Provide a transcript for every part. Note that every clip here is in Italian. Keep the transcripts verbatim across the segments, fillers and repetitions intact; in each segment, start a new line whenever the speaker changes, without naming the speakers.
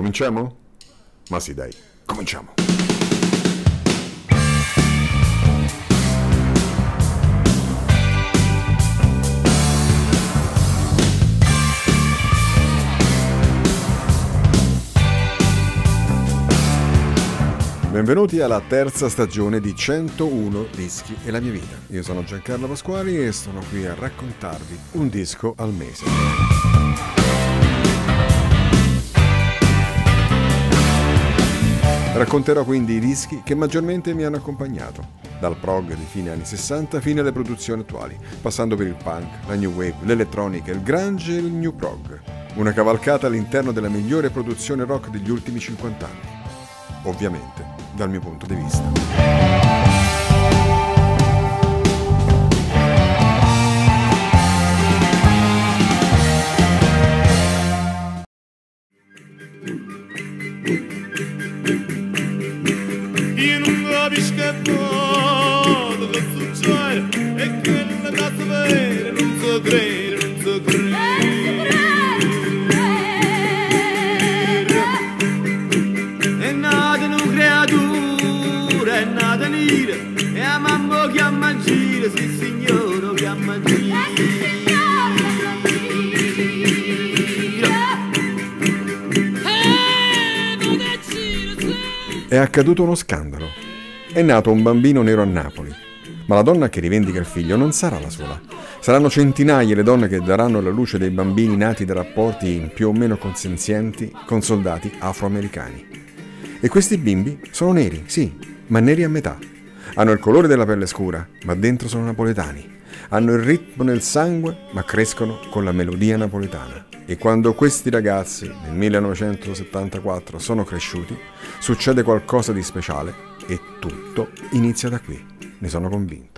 Cominciamo? Ma sì, dai, cominciamo. Benvenuti alla terza stagione di centouno dischi e la mia vita. Io sono Giancarlo Pasquali e sono qui a raccontarvi un disco al mese. Racconterò quindi i dischi che maggiormente mi hanno accompagnato, dal prog di fine anni sessanta fino alle produzioni attuali, passando per il punk, la new wave, l'elettronica, il grunge e il new prog. Una cavalcata all'interno della migliore produzione rock degli ultimi cinquanta anni. Ovviamente, dal mio punto di vista.
Io non capisco modo che succede e che la casa vera non si crede, non si crede. È nata una creatura, è nata nera, e a mamma chiama a giro, sì signore chiama a giro.
È accaduto uno scandalo. È nato un bambino nero a Napoli. Ma la donna che rivendica il figlio non sarà la sola. Saranno centinaia le donne che daranno alla luce dei bambini nati da rapporti più o meno consenzienti con soldati afroamericani. E questi bimbi sono neri, sì, ma neri a metà. Hanno il colore della pelle scura, ma dentro sono napoletani. Hanno il ritmo nel sangue, ma crescono con la melodia napoletana. E quando questi ragazzi nel millenovecentosettantaquattro sono cresciuti, succede qualcosa di speciale e tutto inizia da qui, ne sono convinto.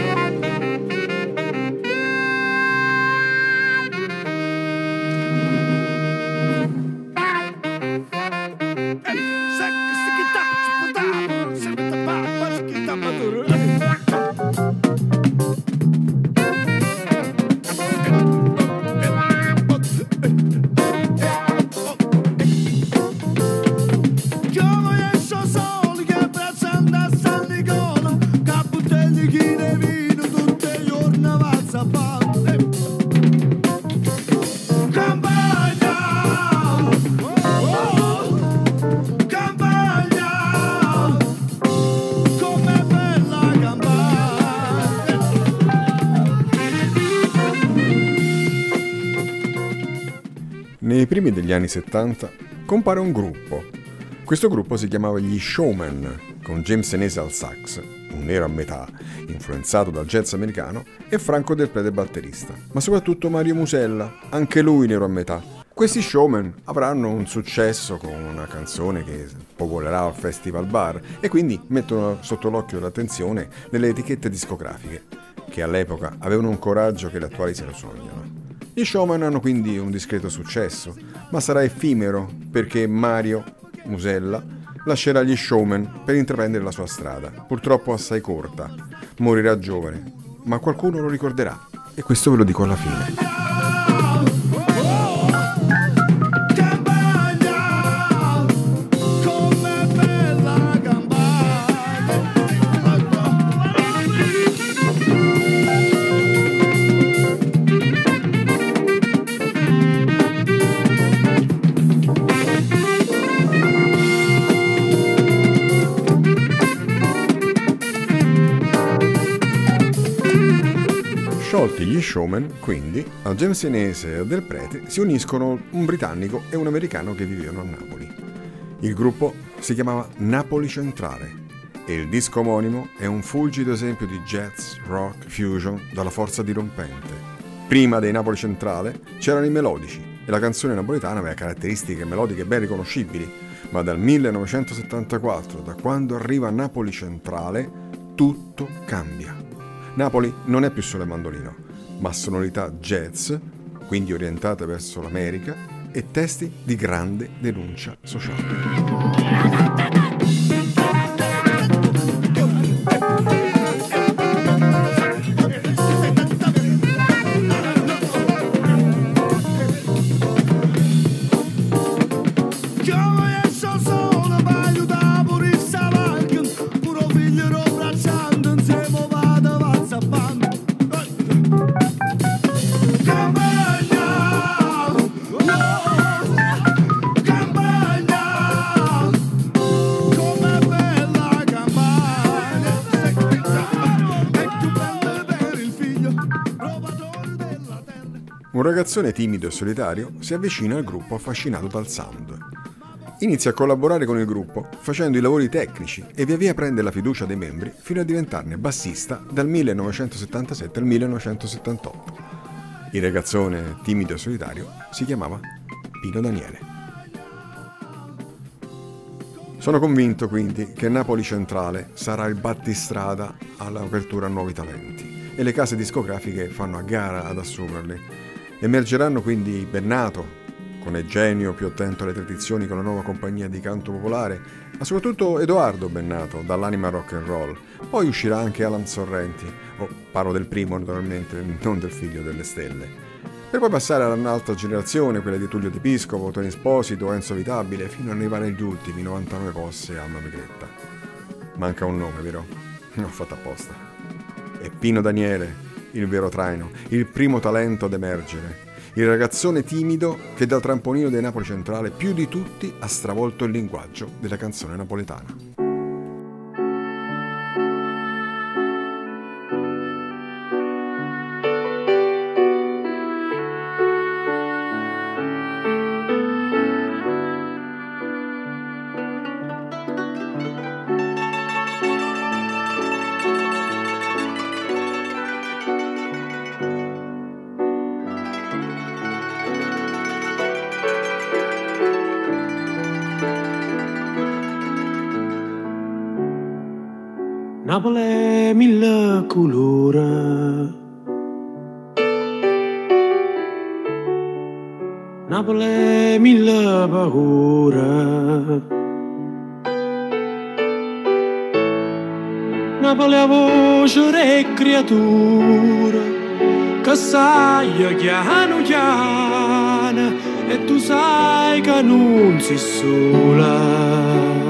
Nei primi degli anni settanta compare un gruppo. Questo gruppo si chiamava gli Showmen, con James Senese al sax, un nero a metà, influenzato dal jazz americano, e Franco Del Prete batterista, ma soprattutto Mario Musella, anche lui nero a metà. Questi Showmen avranno un successo con una canzone che popolerà al Festival Bar e quindi mettono sotto l'occhio l'attenzione delle etichette discografiche, che all'epoca avevano un coraggio che le attuali se lo sognano. Gli Showmen hanno quindi un discreto successo, ma sarà effimero perché Mario Musella lascerà gli Showmen per intraprendere la sua strada, purtroppo assai corta. Morirà giovane, ma qualcuno lo ricorderà, e questo ve lo dico alla fine. Sciolti gli Showmen, quindi, a James Senese e a Del Prete si uniscono un britannico e un americano che vivevano a Napoli. Il gruppo si chiamava Napoli Centrale e il disco omonimo è un fulgido esempio di jazz, rock, fusion dalla forza dirompente. Prima dei Napoli Centrale c'erano i melodici e la canzone napoletana aveva caratteristiche melodiche ben riconoscibili, ma dal millenovecentosettantaquattro, da quando arriva Napoli Centrale, tutto cambia. Napoli non è più solo il mandolino, ma sonorità jazz, quindi orientata verso l'America, e testi di grande denuncia sociale. Un ragazzone timido e solitario si avvicina al gruppo affascinato dal sound. Inizia a collaborare con il gruppo facendo i lavori tecnici e via via prende la fiducia dei membri fino a diventarne bassista dal millenovecentosettantasette al millenovecentosettantotto. Il ragazzone timido e solitario si chiamava Pino Daniele. Sono convinto quindi che Napoli Centrale sarà il battistrada all'apertura a nuovi talenti e le case discografiche fanno a gara ad assumerli. Emergeranno quindi Bennato, con Eugenio più attento alle tradizioni con la nuova compagnia di canto popolare, ma soprattutto Edoardo Bennato, dall'anima rock and roll. Poi uscirà anche Alan Sorrenti, o parlo del primo naturalmente, non del figlio delle stelle. Per poi passare all'altra generazione, quella di Tullio Di Piscopo, Tony Esposito, Enzo Vitabile, fino ad arrivare agli ultimi, novantanove posse e Alma Migretta. Manca un nome, vero? L'ho fatto apposta. È Pino Daniele, il vero traino, il primo talento ad emergere, il ragazzone timido che dal trampolino dei Napoli Centrale più di tutti ha stravolto il linguaggio della canzone napoletana.
Napoli mille colori, Napoli mille paure, Napoli a voce e creatura, che sai chiano chiano e tu sai che non sei sola.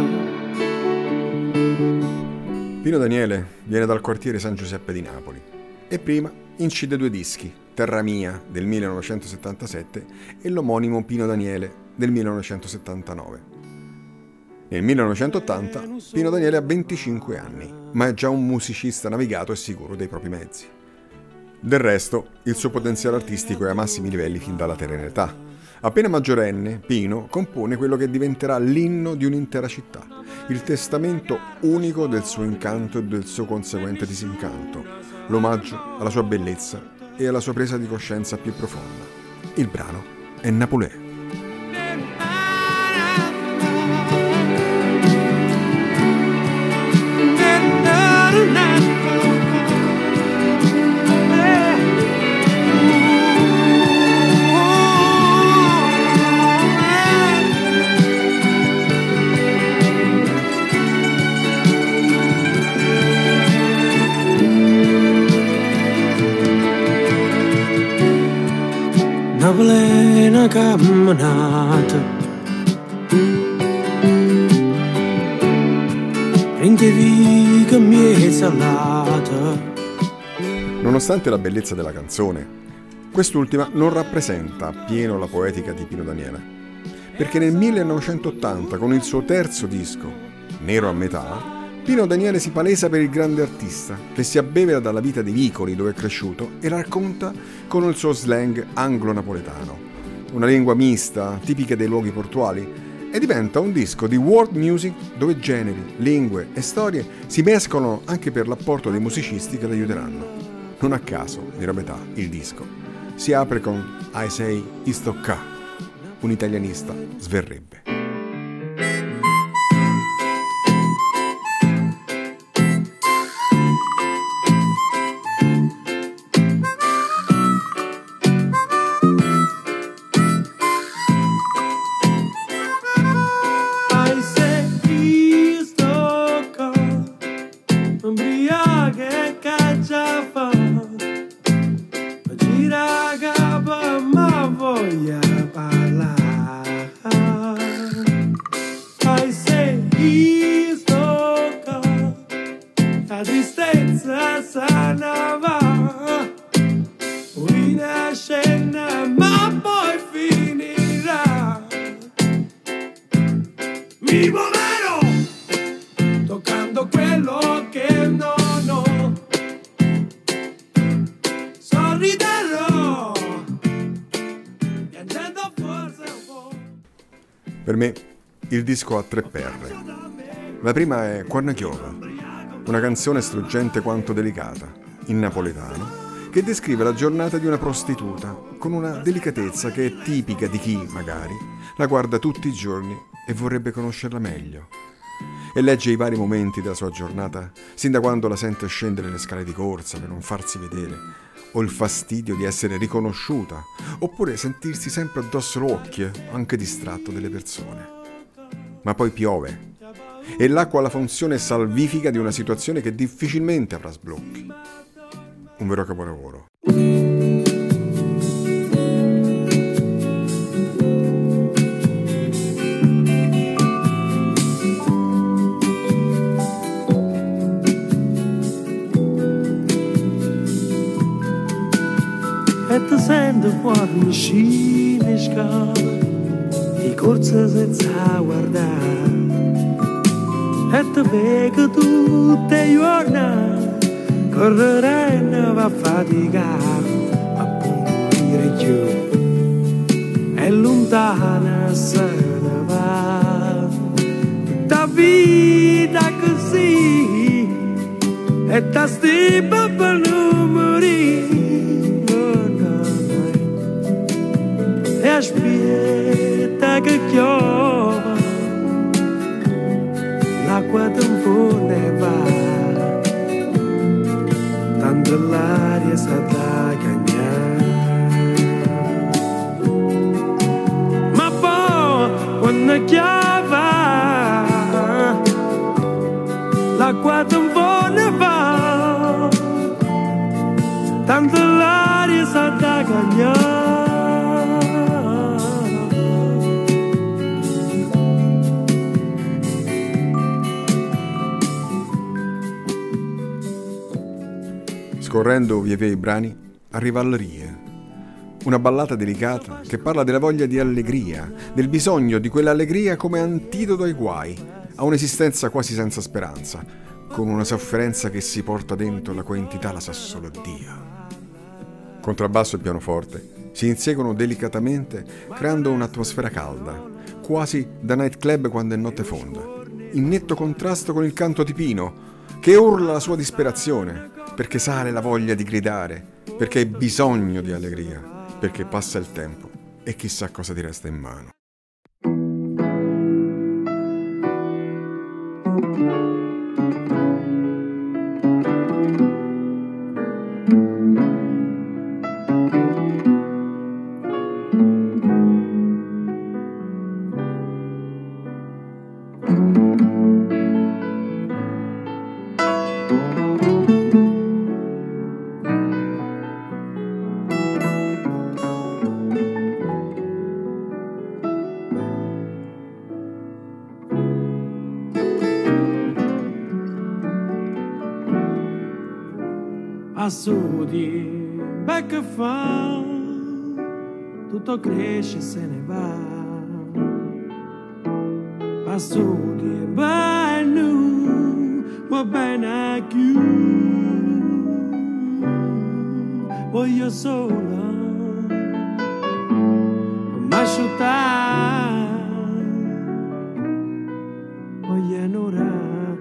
Pino Daniele viene dal quartiere San Giuseppe di Napoli e prima incide due dischi, Terra Mia del millenovecentosettantasette e l'omonimo Pino Daniele del millenovecentosettantanove. Nel millenovecentottanta Pino Daniele ha venticinque anni, ma è già un musicista navigato e sicuro dei propri mezzi. Del resto, il suo potenziale artistico è ai massimi livelli fin dalla tenera età. Appena maggiorenne, Pino compone quello che diventerà l'inno di un'intera città, il testamento unico del suo incanto e del suo conseguente disincanto, l'omaggio alla sua bellezza e alla sua presa di coscienza più profonda. Il brano è Napolè.
Napoli è una camminata, prendevi che mi è salata.
Nonostante la bellezza della canzone, quest'ultima non rappresenta appieno la poetica di Pino Daniele, perché nel millenovecentottanta, con il suo terzo disco, Nero a metà, Pino Daniele si palesa per il grande artista che si abbevera dalla vita dei vicoli dove è cresciuto e la racconta con il suo slang anglo-napoletano, una lingua mista tipica dei luoghi portuali, e diventa un disco di world music dove generi, lingue e storie si mescolano anche per l'apporto dei musicisti che l'aiuteranno. Non a caso, Nero a metà, il disco, si apre con I Say Istocca, un italianista sverrebbe.
Gira capa ma voglio parlare. vivo vero, toccando quello che non ho. Sorriderò, piangendo forse un po'.
Per me il disco ha tre perle. La prima è Quando chiova, una canzone struggente quanto delicata, in napoletano, che descrive la giornata di una prostituta con una delicatezza che è tipica di chi, magari, la guarda tutti i giorni e vorrebbe conoscerla meglio. E legge i vari momenti della sua giornata, sin da quando la sente scendere le scale di corsa per non farsi vedere, o il fastidio di essere riconosciuta, oppure sentirsi sempre addosso l'occhio, anche distratto delle persone. Ma poi piove, e l'acqua ha la funzione salvifica di una situazione che difficilmente avrà sblocchi. Un vero capolavoro.
E ti sento quando uscì le scale, i corse senza guardare, e ti vedo tutte le giornate, correre e non va a faticare, ma poi morire più, è lontana se ne va, tutta vita così, e ti stima per non morire. E aspetta che piova, l'acqua tempo ne va, tanto l'aria sa da cagnare. Ma poi quando chiava, l'acqua tempo ne va, tanto l'aria sa da cagnare.
Scorrendo via via i brani, arriva Allerie, una ballata delicata che parla della voglia di allegria, del bisogno di quell'allegria come antidoto ai guai, a un'esistenza quasi senza speranza, con una sofferenza che si porta dentro la cui entità la sa solo Dio. Contrabbasso e pianoforte si inseguono delicatamente creando un'atmosfera calda, quasi da nightclub quando è notte fonda, in netto contrasto con il canto di Pino, che urla la sua disperazione, perché sale la voglia di gridare, perché hai bisogno di allegria, perché passa il tempo e chissà cosa ti resta in mano.
Assudi, beh che fa, tutto cresce e se ne va. Assudi, beh nu, va bene più. Voglio solo m'asciuttare, voglio un'ora,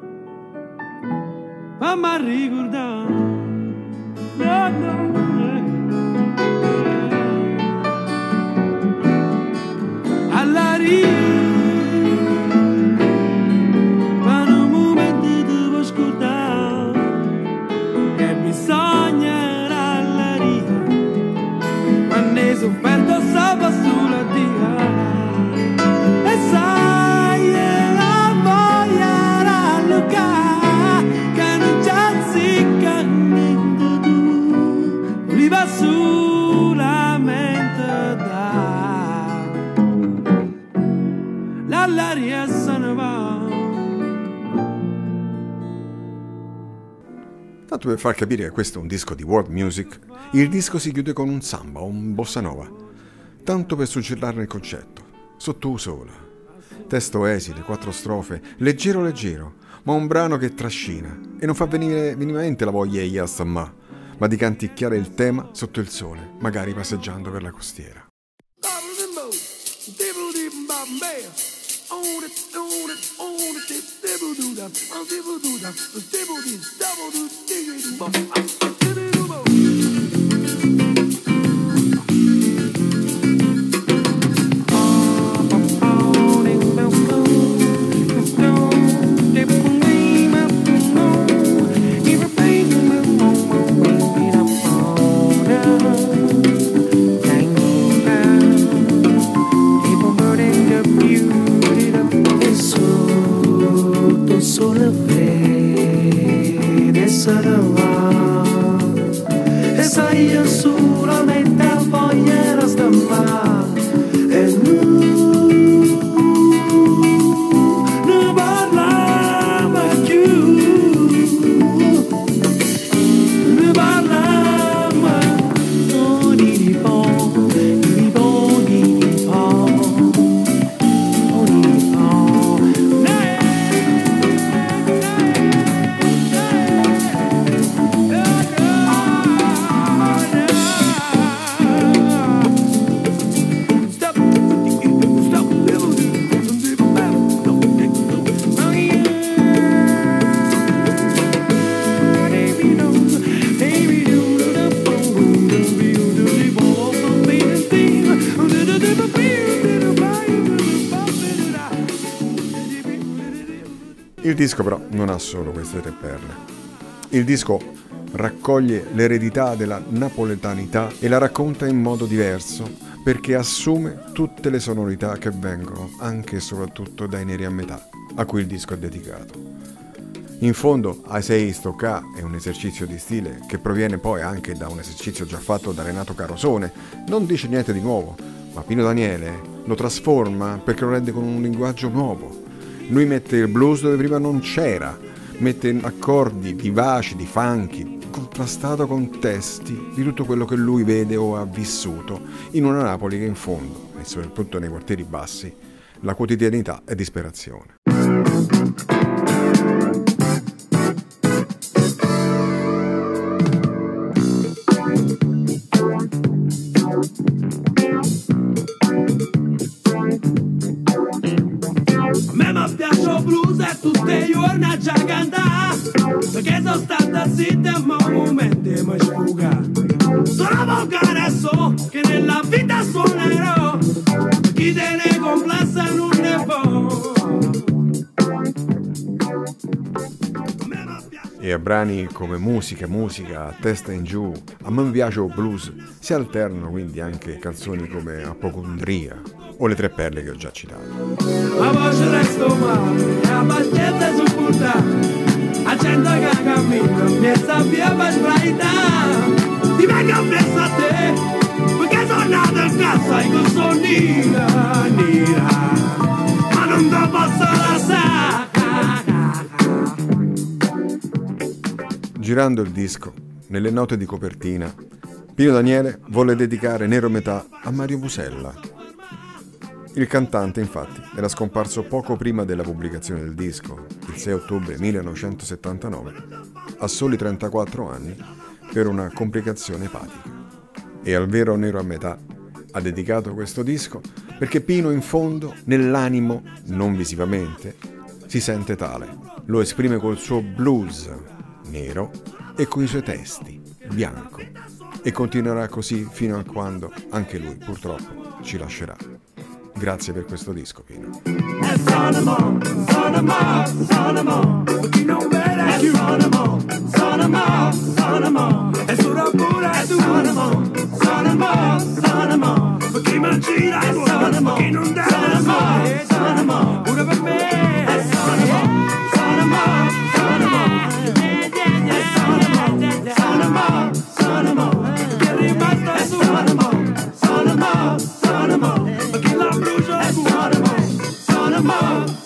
ma mi ricordare. No, no, all'aria, per un momento devo scordare che bisogna all'aria, quando è sofferto sopra sulla dia, e sai la voglia rallucare che non c'è zicca niente tu, viva solamente da l'aria se ne va.
Tanto per far capire che questo è un disco di world music, il disco si chiude con un samba, un bossa nova, tanto per suggellarne il concetto, sotto sola. testo esile, quattro strofe, leggero leggero, ma un brano che trascina e non fa venire minimamente la voglia di Yassama, ma di canticchiare il tema sotto il sole, magari passeggiando per la costiera.
Solo vede solo e sai io solamente voglio stampare e non non parlava più non parlava non di po di po di po di po.
Il disco però non ha solo queste tre perle. Il disco raccoglie l'eredità della napoletanità e la racconta in modo diverso perché assume tutte le sonorità che vengono anche e soprattutto dai Neri a metà, a cui il disco è dedicato. In fondo, Ai sei Stoccà è un esercizio di stile che proviene poi anche da un esercizio già fatto da Renato Carosone, non dice niente di nuovo, ma Pino Daniele lo trasforma perché lo rende con un linguaggio nuovo. Lui mette il blues dove prima non c'era, mette accordi vivaci, di funky, contrastato con testi di tutto quello che lui vede o ha vissuto in una Napoli che in fondo, e soprattutto nei quartieri bassi, la quotidianità è disperazione.
Tutte giorni già cantare perché sono stata zitta ma un momento mi sfuga. Sono volgare so che nella vita suonerò chi te ne complessa non ne può.
E a brani come Musica, Musica, Testa in giù, A me piace o blues si alternano quindi anche canzoni come Apocondria o Le tre perle che ho già citato.
La voce resto male, la pazienza su punta, a cento che cammino, mi sappia per sbraità. Ti vengo presso a te, perché sono nato in casa e con sono nera, nera, ma non te posso lasciare.
Girando il disco, nelle note di copertina, Pino Daniele volle dedicare Nero Metà a Mario Busella. Il cantante, infatti, era scomparso poco prima della pubblicazione del disco, il sei ottobre millenovecentosettantanove, a soli trentaquattro anni, per una complicazione epatica. E al vero Nero a metà ha dedicato questo disco perché Pino, in fondo, nell'animo, non visivamente, si sente tale. Lo esprime col suo blues nero e con i suoi testi bianco. E continuerà così fino a quando anche lui, purtroppo, ci lascerà. Grazie per questo disco, Pino.
Son of